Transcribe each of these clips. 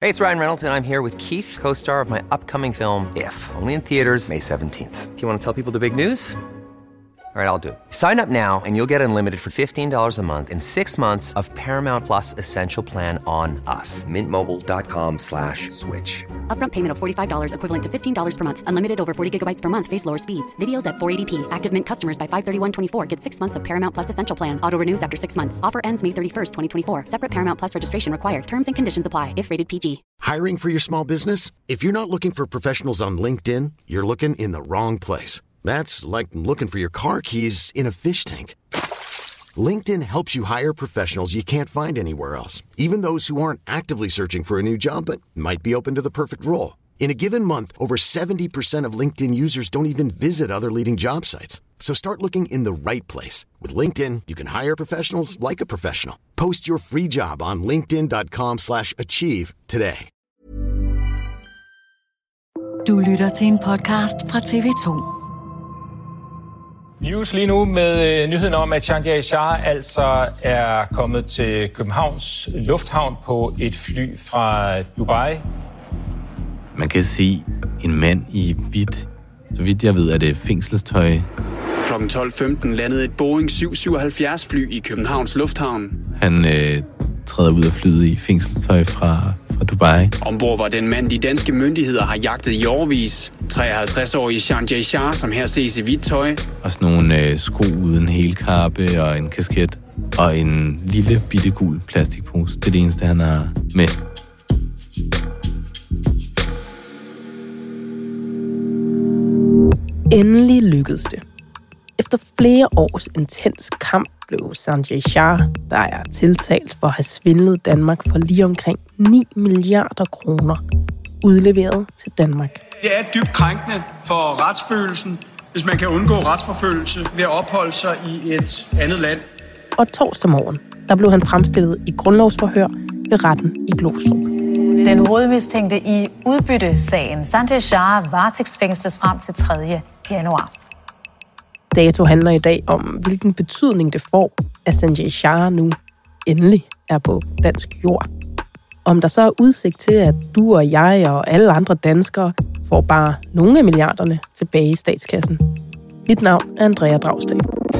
Hey, it's Ryan Reynolds, and I'm here with Keith, co-star of my upcoming film, If, only in theaters May 17th. Do you want to tell people the big news? All right, I'll do it. Sign up now and you'll get unlimited for $15 a month and 6 months of Paramount Plus Essential Plan on us. MintMobile.com/switch. Upfront payment of $45 equivalent to $15 per month. Unlimited over 40 gigabytes per month. Face lower speeds. Videos at 480p. Active Mint customers by 531.24 get 6 months of Paramount Plus Essential Plan. Auto renews after 6 months. Offer ends May 31st, 2024. Separate Paramount Plus registration required. Terms and conditions apply if rated PG. Hiring for your small business? If you're not looking for professionals on LinkedIn, you're looking in the wrong place. That's like looking for your car keys in a fish tank. LinkedIn helps you hire professionals you can't find anywhere else, even those who aren't actively searching for a new job but might be open to the perfect role. In a given month, over 70% of LinkedIn users don't even visit other leading job sites. So start looking in the right place. With LinkedIn, you can hire professionals like a professional. Post your free job on linkedin.com/achieve today. Du lytter til en podcast fra TV2. News lige nu med nyheden om, at Sanjay Shah altså er kommet til Københavns Lufthavn på et fly fra Dubai. Man kan se en mand i hvidt. Så vidt jeg ved, er det fængselstøj. Kl. 12.15 landede et Boeing 777-fly i Københavns Lufthavn. Han træder ud af flyet i fængselstøj fra Dubai. Ombord var den mand, de danske myndigheder har jagtet i årevis. 53-årige Sanjay Shah, som her ses i hvidt tøj. Og sådan nogle sko uden helkappe og en kasket. Og en lille bitte gul plastikpose. Det er det eneste, han har med. Endelig lykkedes det. Efter flere års intens kamp blev Sanjay Shah, der er tiltalt for at have svindlet Danmark for lige omkring 9 milliarder kroner, udleveret til Danmark. Det er dybt krænkende for retsfølelsen, hvis man kan undgå retsforfølgelse ved at opholde sig i et andet land. Og torsdag morgen, der blev han fremstillet i grundlovsforhør ved retten i Glostrup. Den hovedmistænkte i udbyttesagen, Sanjay Shah, varetægtsfængsles frem til 3. januar. Dato handler i dag om, hvilken betydning det får, at Sanjay Shah nu endelig er på dansk jord. Om der så er udsigt til, at du og jeg og alle andre danskere får bare nogle af milliarderne tilbage i statskassen. Mit navn er Andrea Dragsted.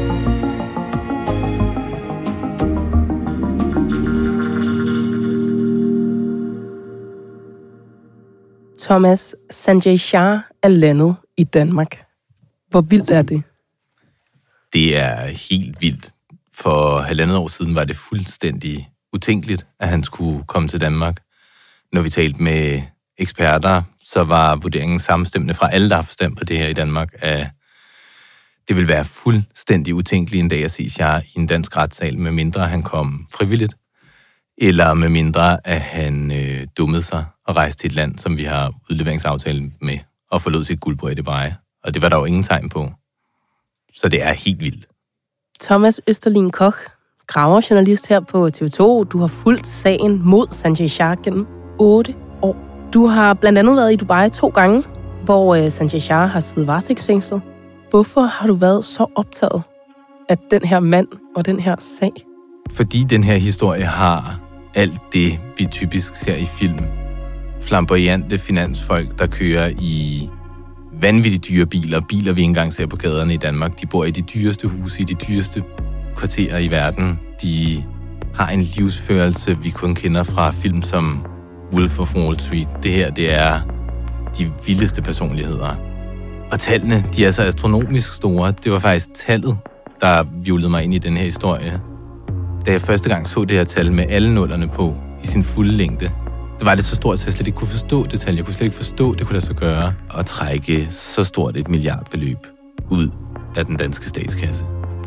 Thomas, Sanjay Shah er landet i Danmark. Hvor vildt er det? Det er helt vildt. For 1,5 år siden var det fuldstændig utænkeligt, at han skulle komme til Danmark. Når vi talte med eksperter, så var vurderingen samstemmende fra alle, der har forstand på det her i Danmark, at det ville være fuldstændig utænkeligt en dag at se Shah i en dansk retssal, med mindre han kom frivilligt, eller med mindre at han dummede sig og rejste til et land, som vi har udleveringsaftale med, og forlod sit guldbrød i Dubai. Og det var der jo ingen tegn på. Så det er helt vildt. Thomas Østerlin Koch, graverjournalist her på TV2. Du har fulgt sagen mod Sanjay Shah gennem 8 år. Du har blandt andet været i Dubai 2 gange, hvor Sanjay Shah har siddet varetægtsfængslet. Hvorfor har du været så optaget af den her mand og den her sag? Fordi den her historie har alt det, vi typisk ser i film. Flamboyante finansfolk, der kører i vanvittigt dyre biler, vi ikke engang ser på gaderne i Danmark. De bor i de dyreste huse, i de dyreste kvarterer i verden. De har en livsførelse, vi kun kender fra film som Wolf of Wall Street. Det her, det er de vildeste personligheder. Og tallene, de er så astronomisk store. Det var faktisk tallet, der hjulede mig ind i den her historie. Da jeg første gang så det her tal med alle nullerne på i sin fulde længde, det var det så stort, at jeg slet ikke kunne forstå det tal. Jeg kunne slet ikke forstå, det kunne lade sig gøre at trække så stort et milliardbeløb ud af den danske statskasse.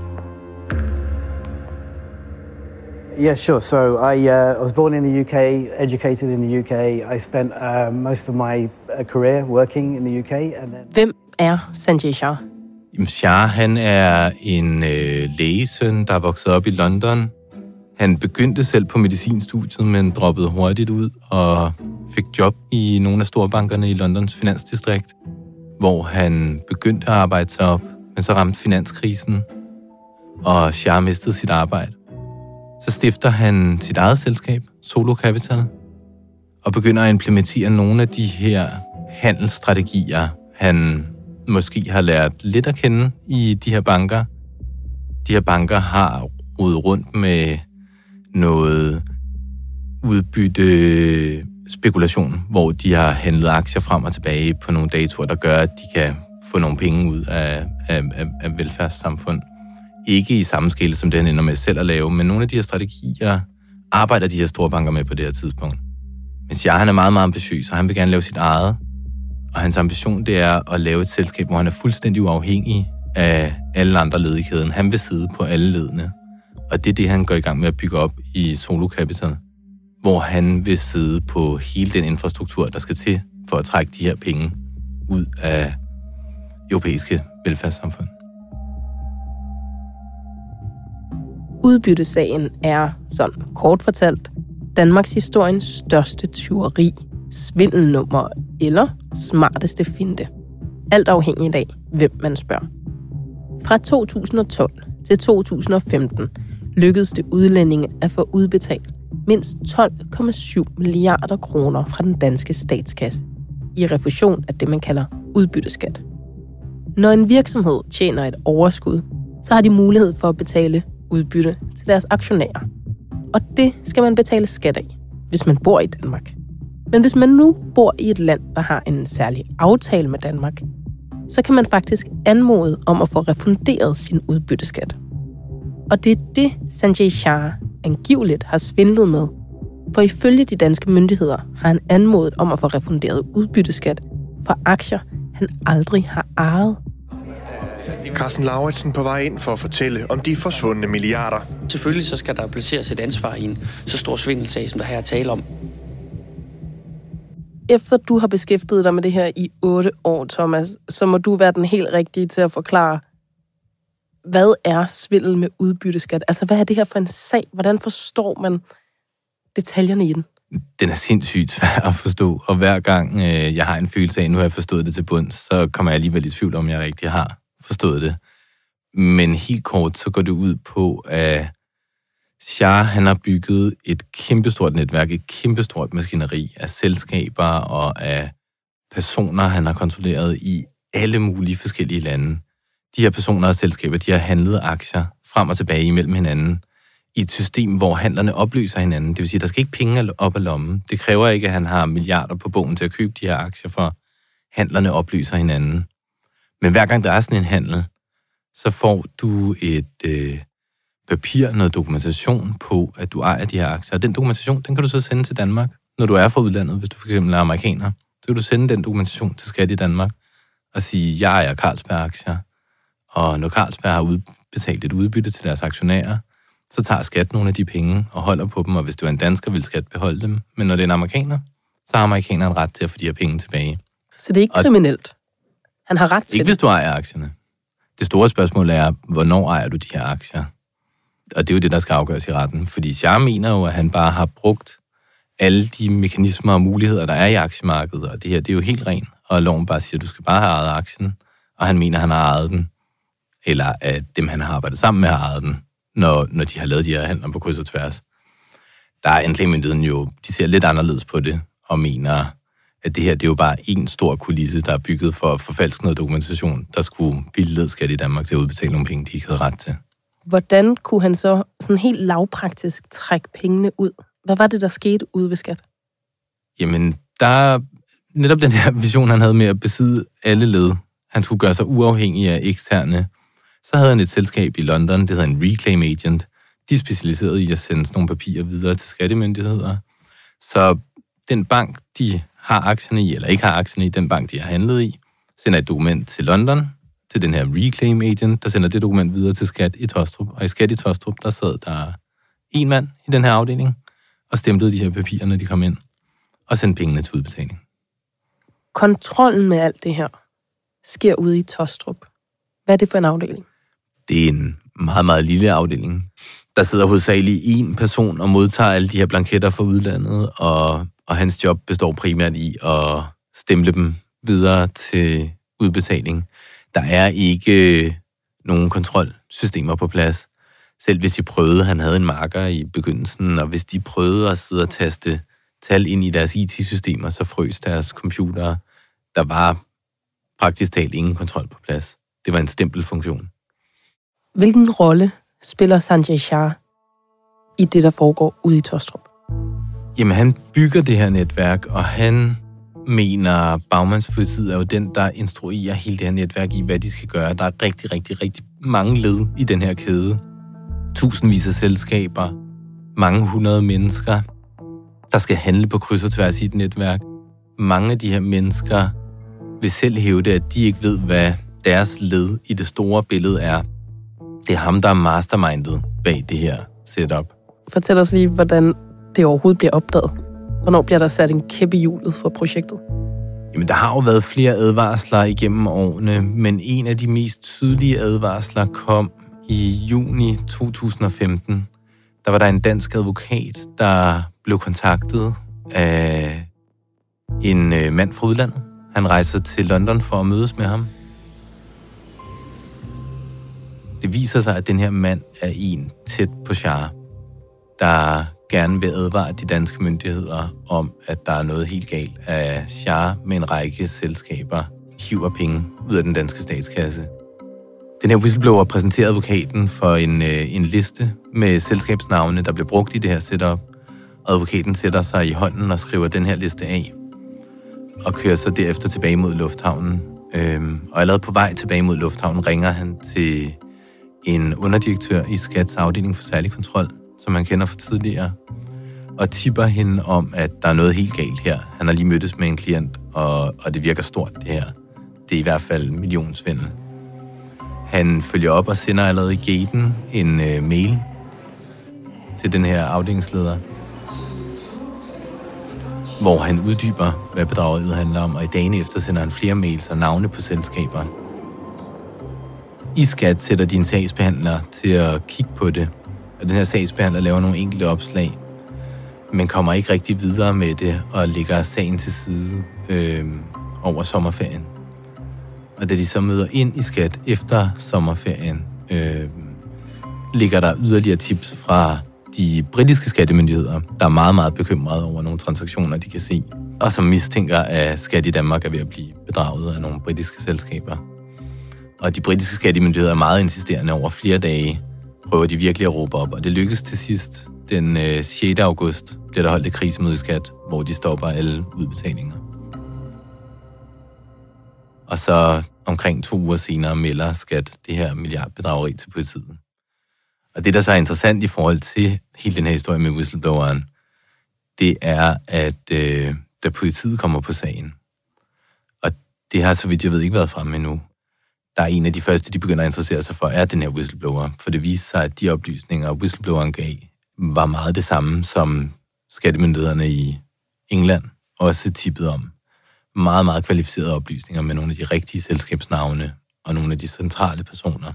Yeah, sure. So I was born in the UK, educated in the UK. I spent most of my career working in the UK. And then... Hvem er Sanjay Shah? Shah, han er en lægesøn, der er vokset op i London. Han begyndte selv på medicinstudiet, men droppede hurtigt ud og fik job i nogle af storbankerne i Londons finansdistrikt, hvor han begyndte at arbejde sig op, men så ramte finanskrisen, og Shah mistede sit arbejde. Så stifter han sit eget selskab, Solo Capital, og begynder at implementere nogle af de her handelsstrategier, han måske har lært lidt at kende i de her banker. De her banker har rodet rundt med noget udbyttespekulation, hvor de har handlet aktier frem og tilbage på nogle datoer, der gør, at de kan få nogle penge ud af velfærdssamfund. Ikke i samme skala, som det han ender med selv at lave, men nogle af de her strategier arbejder de her store banker med på det her tidspunkt. Men han er meget, meget ambitiøs, og han vil gerne lave sit eget. Og hans ambition, det er at lave et selskab, hvor han er fuldstændig uafhængig af alle andre led i kæden. Han vil sidde på alle ledene. Og det er det, han går i gang med at bygge op i Solo Capital, hvor han vil sidde på hele den infrastruktur, der skal til for at trække de her penge ud af europæiske velfærdssamfund. Udbyttesagen er, sådan kort fortalt, Danmarks historiens største tyveri, svindelnummer eller smarteste finte. Alt afhængigt af, hvem man spørger. Fra 2012 til 2015 lykkedes det udlændinge at få udbetalt mindst 12,7 milliarder kroner fra den danske statskasse i refusion af det, man kalder udbytteskat. Når en virksomhed tjener et overskud, så har de mulighed for at betale udbytte til deres aktionærer. Og det skal man betale skat af, hvis man bor i Danmark. Men hvis man nu bor i et land, der har en særlig aftale med Danmark, så kan man faktisk anmode om at få refunderet sin udbytteskat. Og det er det, Sanjay Shah angiveligt har svindlet med. For ifølge de danske myndigheder har han anmodet om at få refunderet udbytteskat for aktier, han aldrig har ejet. Carsten Lauritsen på vej ind for at fortælle om de forsvundne milliarder. Selvfølgelig så skal der placeres et ansvar i en så stor svindelsag, som der her er tale om. Efter du har beskæftiget dig med det her i 8 år, Thomas, så må du være den helt rigtige til at forklare, hvad er svindel med udbytteskat? Altså, hvad er det her for en sag? Hvordan forstår man detaljerne i den? Den er sindssygt svær at forstå, og hver gang jeg har en følelse af, nu har jeg forstået det til bunds, så kommer jeg alligevel i tvivl om, jeg rigtig har forstået det. Men helt kort, så går det ud på, at Shah, han har bygget et kæmpestort netværk, et kæmpestort maskineri af selskaber og af personer, han har kontrolleret i alle mulige forskellige lande. De her personer og selskaber, de har handlet aktier frem og tilbage imellem hinanden i et system, hvor handlerne opløser hinanden. Det vil sige, at der skal ikke penge op af lommen. Det kræver ikke, at han har milliarder på bogen til at købe de her aktier, for handlerne opløser hinanden. Men hver gang der er sådan en handel, så får du et papir, noget dokumentation på, at du ejer de her aktier. Og den dokumentation, den kan du så sende til Danmark, når du er fra udlandet. Hvis du for eksempel er amerikaner, så kan du sende den dokumentation til Skat i Danmark og sige, jeg ejer Carlsberg-aktier. Og når Carlsberg har udbetalt et udbytte til deres aktionærer, så tager Skat nogle af de penge og holder på dem, og hvis du er en dansker, vil Skat beholde dem. Men når det er en amerikaner, så har amerikaneren ret til at få de her penge tilbage. Så det er ikke kriminelt? Han har ret til ikke, hvis du ejer aktierne. Det store spørgsmål er, hvornår ejer du de her aktier? Og det er jo det, der skal afgøres i retten. Fordi Shah mener jo, at han bare har brugt alle de mekanismer og muligheder, der er i aktiemarkedet. Og det her, det er jo helt rent. Og loven bare siger, at du skal bare have ejet aktien. Og han mener, at han har ejet den. Eller at dem, han har arbejdet sammen med, har ejet den, når de har lavet de her handler på kryds og tværs. Der er anklagemyndigheden jo, de ser lidt anderledes på det, og mener, at det her, det er jo bare en stor kulisse, der er bygget for at forfalske noget dokumentation, der skulle vildlede Skat i Danmark til at udbetale nogle penge, de ikke havde ret til. Hvordan kunne han så sådan helt lavpraktisk trække pengene ud? Hvad var det, der skete ude ved Skat? Jamen, der er netop den her vision, han havde med at besidde alle led. Han skulle gøre sig uafhængig af eksterne. Så havde han et selskab i London, det hedder en Reclaim Agent. De er specialiseret i at sende sådan nogle papirer videre til skattemyndigheder. Så den bank, de har aktierne i, eller ikke har aktierne i, den bank, de har handlet i, sender et dokument til London, til den her Reclaim Agent, der sender det dokument videre til Skat i Taastrup. Og i Skat i Taastrup, der sad der en mand i den her afdeling, og stemplede de her papirer, når de kom ind, og sendte pengene til udbetaling. Kontrollen med alt det her sker ude i Taastrup. Hvad er det for en afdeling? Det er en meget, meget lille afdeling. Der sidder hovedsageligt en person og modtager alle de her blanketter fra udlandet, og hans job består primært i at stemple dem videre til udbetaling. Der er ikke nogen kontrolsystemer på plads. Selv hvis de prøvede, han havde en marker i begyndelsen, og hvis de prøvede at sidde og taste tal ind i deres IT-systemer, så frøs deres computere. Der var praktisk talt ingen kontrol på plads. Det var en stempelfunktion. Hvilken rolle spiller Sanjay Shah i det, der foregår ude i Taastrup? Jamen, han bygger det her netværk, og han mener, bagmandspolitiet er jo den, der instruerer hele det her netværk i, hvad de skal gøre. Der er rigtig, rigtig, rigtig mange led i den her kæde. Tusindvis af selskaber, mange hundrede mennesker, der skal handle på kryds og tværs i et netværk. Mange af de her mennesker vil selv hævde, at de ikke ved, hvad deres led i det store billede er. Det er ham, der er mastermindet bag det her setup. Fortæl os lige, hvordan det overhovedet bliver opdaget. Hvornår bliver der sat en kæp i hjulet for projektet? Jamen, der har jo været flere advarsler igennem årene, men en af de mest tydelige advarsler kom i juni 2015. Der var der en dansk advokat, der blev kontaktet af en mand fra udlandet. Han rejser til London for at mødes med ham. Det viser sig, at den her mand er en tæt på Shah, der gerne vil advare de danske myndigheder om, at der er noget helt galt, at Shah med en række selskaber hiver penge ud af den danske statskasse. Den her whistleblower præsenterer advokaten for en liste med selskabsnavne, der bliver brugt i det her setup. Advokaten sætter sig i hånden og skriver den her liste af, og kører så derefter tilbage mod lufthavnen. Og allerede på vej tilbage mod lufthavnen ringer han til en underdirektør i Skats afdeling for særlig kontrol, som han kender fra tidligere, og tipper hende om, at der er noget helt galt her. Han har lige mødtes med en klient, og det virker stort, det her. Det er i hvert fald millionsvindel. Han følger op og sender allerede i gaten en mail til den her afdelingsleder, hvor han uddyber, hvad bedrageriet handler om, og i dagene efter sender han flere mails og navne på selskaber. I Skat sætter de en sagsbehandler til at kigge på det, og den her sagsbehandler laver nogle enkelte opslag, men kommer ikke rigtig videre med det og lægger sagen til side over sommerferien. Og da de så møder ind i Skat efter sommerferien, ligger der yderligere tips fra de britiske skattemyndigheder, der er meget, meget bekymrede over nogle transaktioner, de kan se, og som mistænker, at Skat i Danmark er ved at blive bedraget af nogle britiske selskaber. Og de britiske skattemyndigheder er meget insisterende over flere dage, prøver de virkelig at råbe op, og det lykkes til sidst. Den 6. august bliver der holdt et krisemøde i Skat, hvor de stopper alle udbetalinger. Og så omkring 2 uger senere melder Skat det her milliardbedrageri til politiet. Og det, der så er interessant i forhold til hele den her historie med whistlebloweren, det er, at da politiet kommer på sagen, og det har, så vidt jeg ved, ikke været fremme endnu, der er en af de første, de begynder at interessere sig for, er den her whistleblower. For det viser sig, at de oplysninger, whistlebloweren gav, var meget det samme, som skattemyndighederne i England også tippede om. Meget, meget kvalificerede oplysninger med nogle af de rigtige selskabsnavne og nogle af de centrale personer.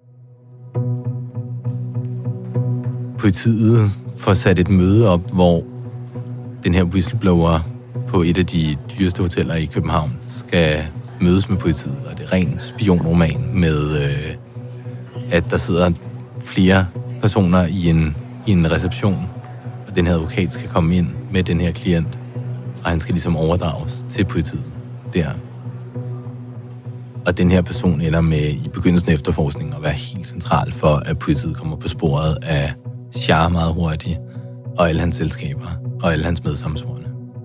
Politiet får sat et møde op, hvor den her whistleblower på et af de dyreste hoteller i København skal mødes med politiet, og det er ren spionroman med, at der sidder flere personer i en reception, og den her advokat skal komme ind med den her klient, og han skal ligesom overdrages til politiet der. Og den her person ender med i begyndelsen af efterforskningen at være helt central for, at politiet kommer på sporet af Shah meget hurtigt, og alle hans selskaber, og alle hans medsammensvorne.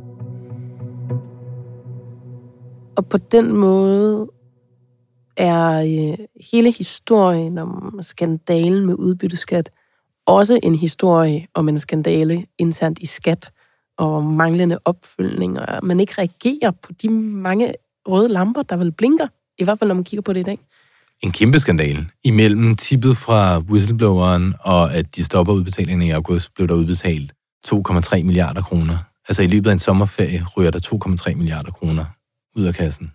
Og på den måde er hele historien om skandalen med udbytteskat også en historie om en skandale internt i Skat og manglende opfølgning, og man ikke reagerer på de mange røde lamper, der vel blinker, i hvert fald når man kigger på det i dag. En kæmpe skandale. Imellem tippet fra whistlebloweren og at de stopper udbetalingen i august, blev der udbetalt 2,3 milliarder kroner. Altså i løbet af en sommerferie ryger der 2,3 milliarder kroner ud af kassen.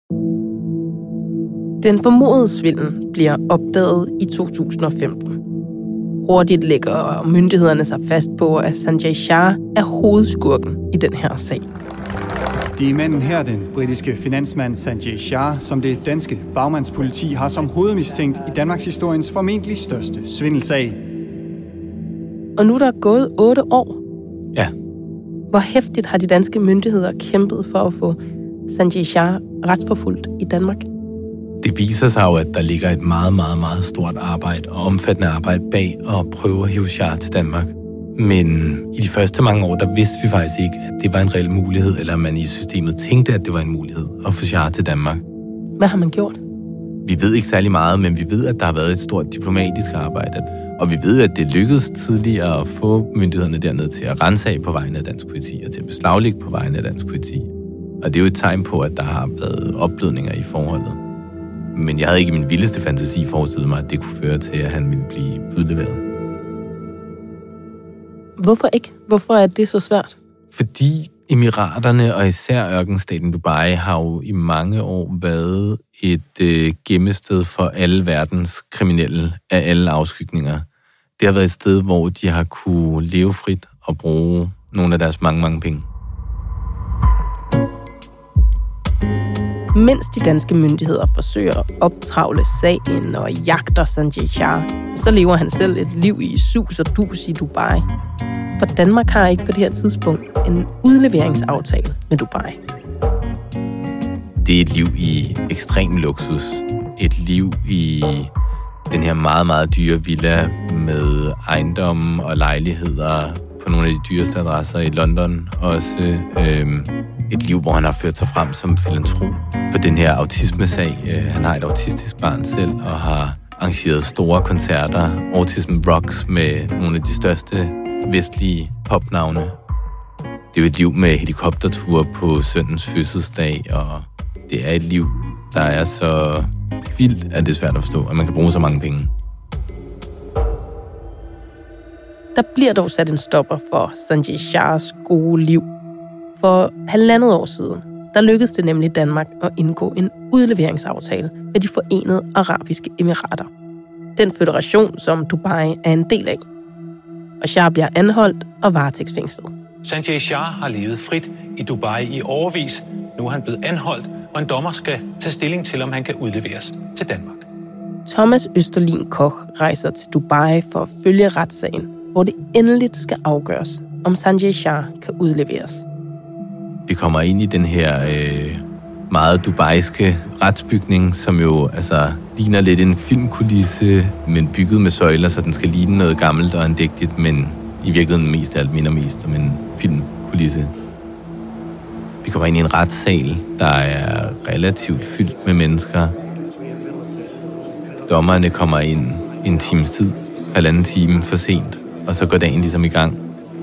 Den formodede svindel bliver opdaget i 2015. Hurtigt lægger myndighederne sig fast på, at Sanjay Shah er hovedskurken i den her sag. Det er manden her, den britiske finansmand Sanjay Shah, som det danske bagmandspoliti har som hovedmistænkt i Danmarks historiens formentlig største svindelsag. Og nu er der gået 8 år. Ja. Hvor heftigt har de danske myndigheder kæmpet for at få Sanjay Shah retsforfulgt i Danmark? Det viser sig jo, at der ligger et meget, meget, meget stort arbejde og omfattende arbejde bag at prøve at hive Shah til Danmark. Men i de første mange år, der vidste vi faktisk ikke, at det var en reel mulighed, eller man i systemet tænkte, at det var en mulighed at få Shah til Danmark. Hvad har man gjort? Vi ved ikke særlig meget, men vi ved, at der har været et stort diplomatisk arbejde. Og vi ved, at det lykkedes tidligere at få myndighederne dernede til at ransage på vegne af dansk politi og til at beslaglægge på vegne af dansk politi. Og det er jo et tegn på, at der har været opblødninger i forholdet. Men jeg havde ikke i min vildeste fantasi forestillet mig, at det kunne føre til, at han ville blive udleveret. Hvorfor ikke? Hvorfor er det så svært? Fordi Emiraterne og især ørkenstaten Dubai har jo i mange år været et gemmested for alle verdens kriminelle af alle afskygninger. Det har været et sted, hvor de har kunne leve frit og bruge nogle af deres mange, mange penge. Mens de danske myndigheder forsøger at optravle sagen og jagter Sanjay Shah, så lever han selv et liv i sus og dus i Dubai. For Danmark har ikke på det her tidspunkt en udleveringsaftale med Dubai. Det er et liv i ekstrem luksus. Et liv i den her meget, meget dyre villa med ejendomme og lejligheder på nogle af de dyreste adresser i London også. Et liv, hvor han har ført sig frem som filantrop på den her autismesag. Han har et autistisk barn selv og har arrangeret store koncerter, Autism Rocks, med nogle af de største vestlige popnavne. Det er jo et liv med helikopterture på sønnens fødselsdag, og det er et liv, der er så vildt, at det er svært at forstå, at man kan bruge så mange penge. Der bliver dog sat en stopper for Sanjay Shahs gode liv. For 1,5 år siden, der lykkedes det nemlig Danmark at indgå en udleveringsaftale med de Forenede Arabiske Emirater. Den føderation, som Dubai er en del af. Og Shah bliver anholdt og varetægtsfængslet. Sanjay Shah har levet frit i Dubai i årevis. Nu er han blevet anholdt, og en dommer skal tage stilling til, om han kan udleveres til Danmark. Thomas Østerlin Koch rejser til Dubai for at følge retssagen, hvor det endeligt skal afgøres, om Sanjay Shah kan udleveres. Vi kommer ind i den her meget dubaiske retsbygning, som jo ligner lidt en filmkulisse, men bygget med søjler, så den skal ligne noget gammelt og andægtigt, men i virkeligheden mest af alt minder mest om en filmkulisse. Vi kommer ind i en retssal, der er relativt fyldt med mennesker. Dommerne kommer ind en times tid, 1,5 time for sent, og så går dagen ligesom i gang.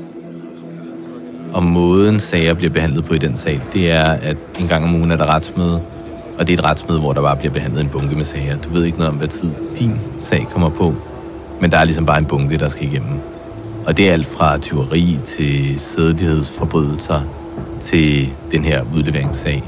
Og måden sager bliver behandlet på i den sal, det er, at en gang om ugen er der retsmøde, og det er et retsmøde, hvor der bare bliver behandlet en bunke med sager. Du ved ikke noget om, hvad tid din sag kommer på, men der er ligesom bare en bunke, der skal igennem. Og det er alt fra tyveri til sædelighedsforbrydelser til den her udleveringssag.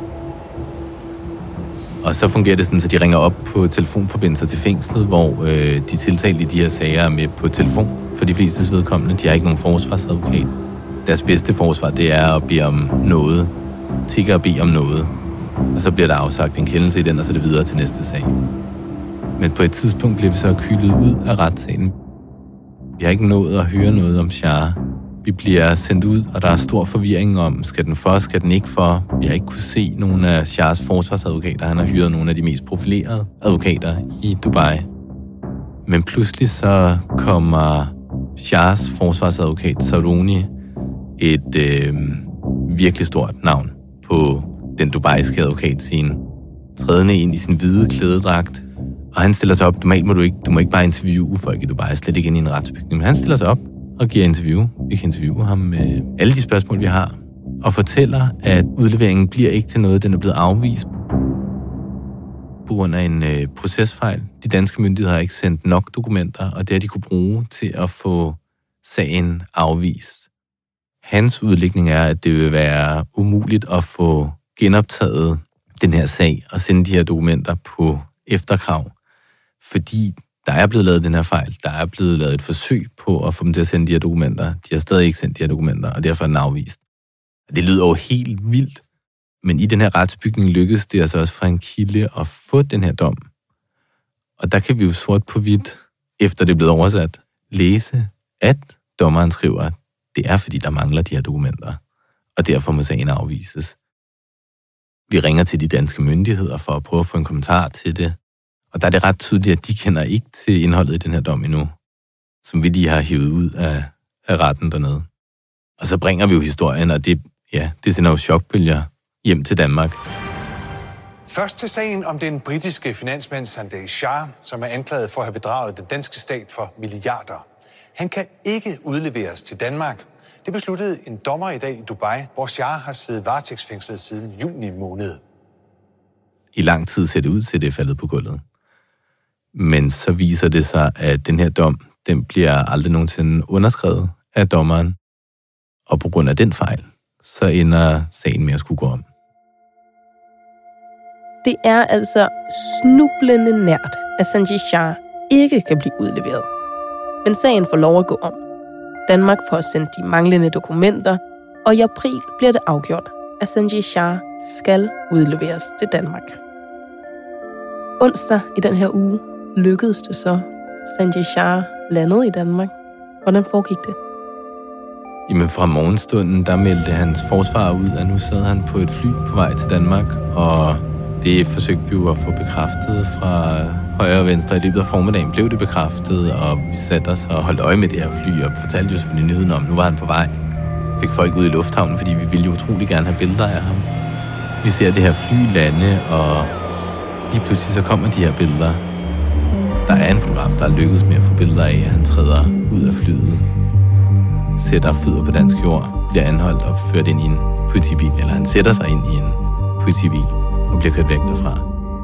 Og så fungerer det sådan, at de ringer op på telefonforbindelser til fængslet, hvor de tiltalte i de her sager er med på telefon. For de flestes vedkommende, de har ikke nogen forsvarsadvokat. Deres bedste forsvar, det er at bede om noget. Tigger at bede om noget. Og så bliver der afsagt en kendelse i den, og så er det videre til næste sag. Men på et tidspunkt bliver vi så kylet ud af retssagen. Vi har ikke nået at høre noget om Shah. Vi bliver sendt ud, og der er stor forvirring om, skal den for, skal den ikke for. Vi har ikke kunne se nogen af Shahs forsvarsadvokater. Han har hyret nogle af de mest profilerede advokater i Dubai. Men pludselig så kommer Shahs forsvarsadvokat, Saroni, et virkelig stort navn på den dubaiske advokatscene, trædende ind i sin hvide klædedragt. Og han stiller sig op. Normalt du må ikke bare interviewe folk i Dubai, slet ikke ind i en retsbygning. Men han stiller sig op og giver interview. Vi kan interviewe ham med alle de spørgsmål, vi har. Og fortæller, at udleveringen bliver ikke til noget, den er blevet afvist på grund af en procesfejl. De danske myndigheder har ikke sendt nok dokumenter, og det har de kunne bruge til at få sagen afvist. Hans udlægning er, at det vil være umuligt at få genoptaget den her sag og sende de her dokumenter på efterkrav, fordi der er blevet lavet den her fejl. Der er blevet lavet et forsøg på at få dem til at sende de her dokumenter. De har stadig ikke sendt de her dokumenter, og derfor er den afvist. Det lyder jo helt vildt, men i den her retsbygning lykkedes det altså også for en kilde at få den her dom. Og der kan vi jo sort på hvidt, efter det er blevet oversat, læse, at dommeren skriver, det er fordi, der mangler de her dokumenter. og derfor må sagen afvises. Vi ringer til de danske myndigheder for at prøve at få en kommentar til det, og der er det ret tydeligt, at de kender ikke til indholdet i den her dom endnu, som vi lige har hivet ud af retten dernede. Og så bringer vi jo historien, og det sender jo chokbølger hjem til Danmark. Først til sagen om den britiske finansmand Sanjay Shah, som er anklaget for at have bedraget den danske stat for milliarder. Han kan ikke udleveres til Danmark. Det besluttede en dommer i dag i Dubai, hvor Shah har siddet varetægtsfængslet siden juni måned. I lang tid ser det ud til, det er faldet på gulvet. Men så viser det sig, at den her dom, den bliver aldrig nogensinde underskrevet af dommeren. Og på grund af den fejl, så ender sagen med at skulle gå om. Det er altså snublende nært, at Sanjay Shah ikke kan blive udleveret. Men sagen får lov at gå om. Danmark får sendt de manglende dokumenter, og i april bliver det afgjort, at Sanjay Shah skal udleveres til Danmark. Onsdag i den her uge lykkedes det så. Sanjay Shah landede i Danmark. Hvordan foregik det? Jamen fra morgenstunden, der meldte hans forsvar ud, at nu sad han på et fly på vej til Danmark, og det forsøgte vi jo at få bekræftet fra højre og venstre. I løbet af formiddagen blev det bekræftet, og vi satte os og holdt øje med det her fly, og fortalte jo selvfølgelig nyheden om, nu var han på vej. Fik folk ud i lufthavnen, fordi vi ville jo utrolig gerne have billeder af ham. Vi ser det her fly lande, og lige pludselig så kommer de her billeder. Der er en fotograf, der er lykkedes med at få billeder af, at han træder ud af flyet, sætter fødder på dansk jord, bliver anholdt og ført ind i en politibil, eller han sætter sig ind i en politibil og bliver kørt væk derfra.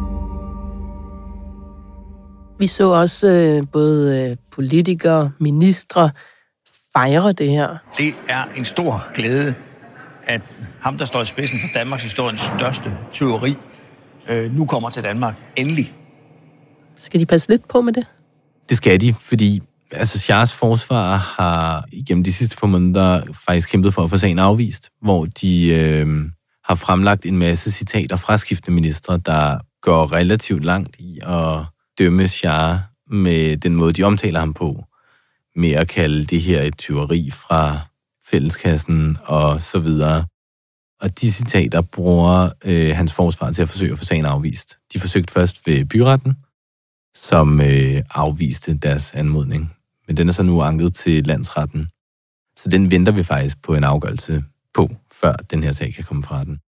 Vi så også både politikere, ministre fejre det her. Det er en stor glæde, at ham, der står i spidsen for Danmarks historiens største tyveri, nu kommer til Danmark. Endelig. Skal de passe lidt på med det? Det skal de, fordi Shahs forsvar har igennem de sidste par måneder faktisk kæmpet for at få sagen afvist, hvor de har fremlagt en masse citater fra skiftende ministre, der går relativt langt i at dømme Shah med den måde, de omtaler ham på, med at kalde det her et tyveri fra fælleskassen og så videre. Og de citater bruger hans forsvar til at forsøge at få sagen afvist. De forsøgte først ved byretten, som afviste deres anmodning. Men den er så nu anket til landsretten. Så den venter vi faktisk på en afgørelse på, før den her sag kan komme fra den.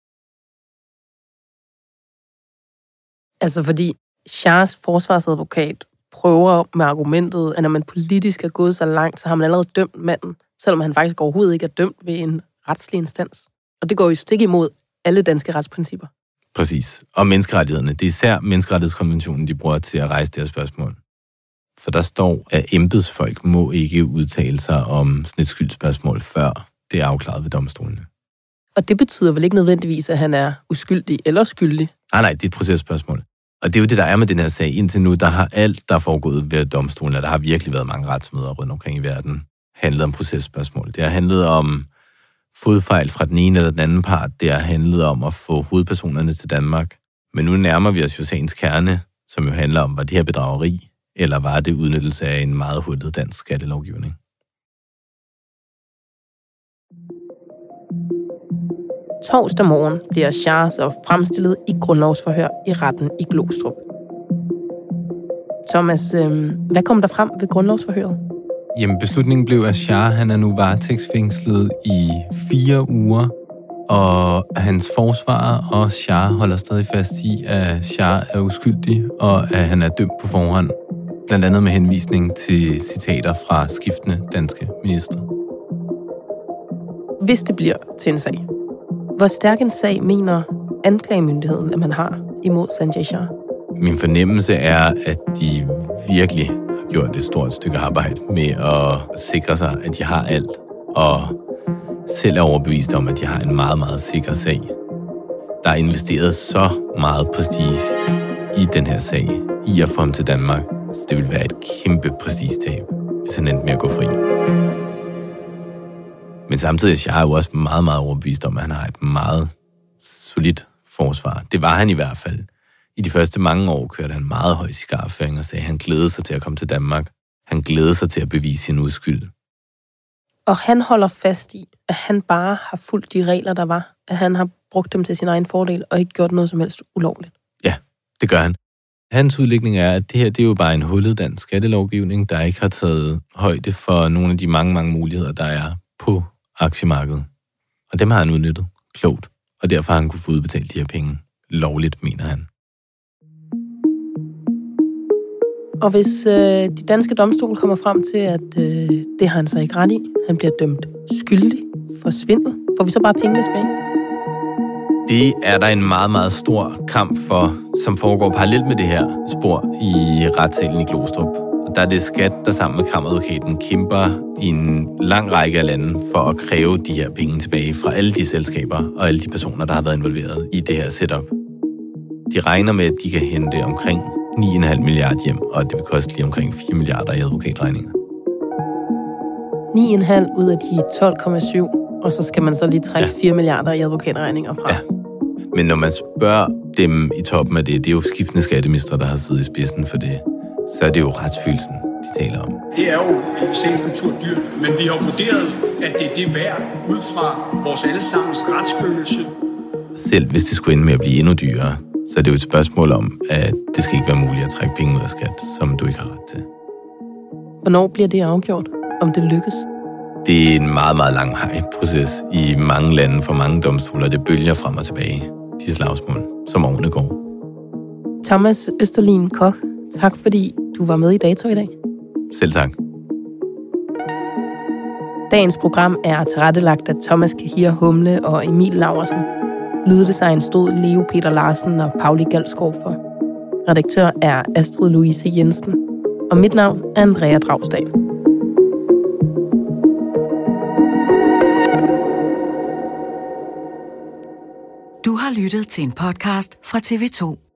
Altså fordi Shahs forsvarsadvokat prøver med argumentet, at når man politisk er gået så langt, så har man allerede dømt manden, selvom han faktisk overhovedet ikke er dømt ved en retslig instans. Og det går jo stik imod alle danske retsprincipper. Præcis. Og menneskerettighederne. Det er især menneskerettighedskonventionen, de bruger til at rejse det her spørgsmål. For der står, at embedsfolk må ikke udtale sig om sådan et skyldspørgsmål, før det er afklaret ved domstolene. Og det betyder vel ikke nødvendigvis, at han er uskyldig eller skyldig? Nej, det er et processpørgsmål. Og det er jo det, der er med den her sag. Indtil nu, der har alt, der er foregået ved domstolen, og der har virkelig været mange retsmøder rundt omkring i verden, handlet om processpørgsmål. Det har handlet om fodfejl fra den ene eller den anden part. Det har handlet om at få hovedpersonerne til Danmark. Men nu nærmer vi os jo sagens kerne, som jo handler om, var det her bedrageri, eller var det udnyttelse af en meget hullet dansk skattelovgivning? Torsdag morgen bliver Shah så fremstillet i grundlovsforhør i retten i Glostrup. Thomas, hvad kom der frem ved grundlovsforhøret? Jamen, beslutningen blev, at Shah han er nu varetægtsfængslet i 4 uger, og hans forsvarer og Shah holder stadig fast i, at Shah er uskyldig, og at han er dømt på forhånd. Blandt andet med henvisning til citater fra skiftende danske ministre. Hvis det bliver til en sag, hvor stærk en sag mener anklagemyndigheden, at man har imod Sanjay Shah? Min fornemmelse er, at de virkelig har gjort et stort stykke arbejde med at sikre sig, at de har alt, og selv er overbevist om, at de har en meget, meget sikker sag. Der er investeret så meget prestige i den her sag, i at få ham til Danmark, så det vil være et kæmpe prestigetab, hvis han endte med at gå fri. Men samtidig er Shah jo også meget, meget overbevist om, at han har et meget solidt forsvar. Det var han i hvert fald. I de første mange år kørte han meget høj cigarføring og sagde, at han glædede sig til at komme til Danmark. Han glædede sig til at bevise sin uskyld. Og han holder fast i, at han bare har fulgt de regler, der var. At han har brugt dem til sin egen fordel, og ikke gjort noget som helst ulovligt. Ja, det gør han. Hans udlægning er, at det her det er jo bare en hullet dansk skattelovgivning, der ikke har taget højde for nogle af de mange, mange muligheder, der er på aktiemarkedet. Og dem har han udnyttet klogt, og derfor har han kunne få udbetalt de her penge lovligt, mener han. Og hvis de danske domstole kommer frem til, at det har han så ikke ret i, han bliver dømt skyldig for svindel, får vi så bare pengene tilbage? Det er der en meget, meget stor kamp for, som foregår parallelt med det her spor i retssalen i Glostrup. Og der er det skat, der sammen med kammeradvokaten kæmper i en lang række af lande for at kræve de her penge tilbage fra alle de selskaber og alle de personer, der har været involveret i det her setup. De regner med, at de kan hente omkring 9,5 milliarder hjem, og det vil koste lige omkring 4 milliarder i advokatregninger. 9,5 ud af de 12,7, og så skal man så lige trække 4 milliarder i advokatregninger fra. Ja. Men når man spørger dem i toppen af det er jo skiftende skatteminister, der har siddet i spidsen for det, så er det jo retsfølelsen, de taler om. Det er jo i sagens natur dyrt, men vi har vurderet, at det er det værd ud fra vores allesammens retsfølelse. Selv hvis det skulle ende med at blive endnu dyrere, så er det jo et spørgsmål om, at det skal ikke være muligt at trække penge ud af skat, som du ikke har ret til. Hvornår bliver det afgjort, om det lykkes? Det er en meget, meget lang proces i mange lande for mange domstoler. Det bølger frem og tilbage, de slagsmål, som årene går. Thomas Østerlin Koch, tak fordi du var med i Dato i dag. Selv tak. Dagens program er tilrettelagt af Thomas Kahir Humle og Emil Laursen. Lyddesign stod Leo Peter Larsen og Pauli Galskov for. Redaktør er Astrid Louise Jensen. Og mit navn er Andrea Dragsdal. Du har lyttet til en podcast fra TV2.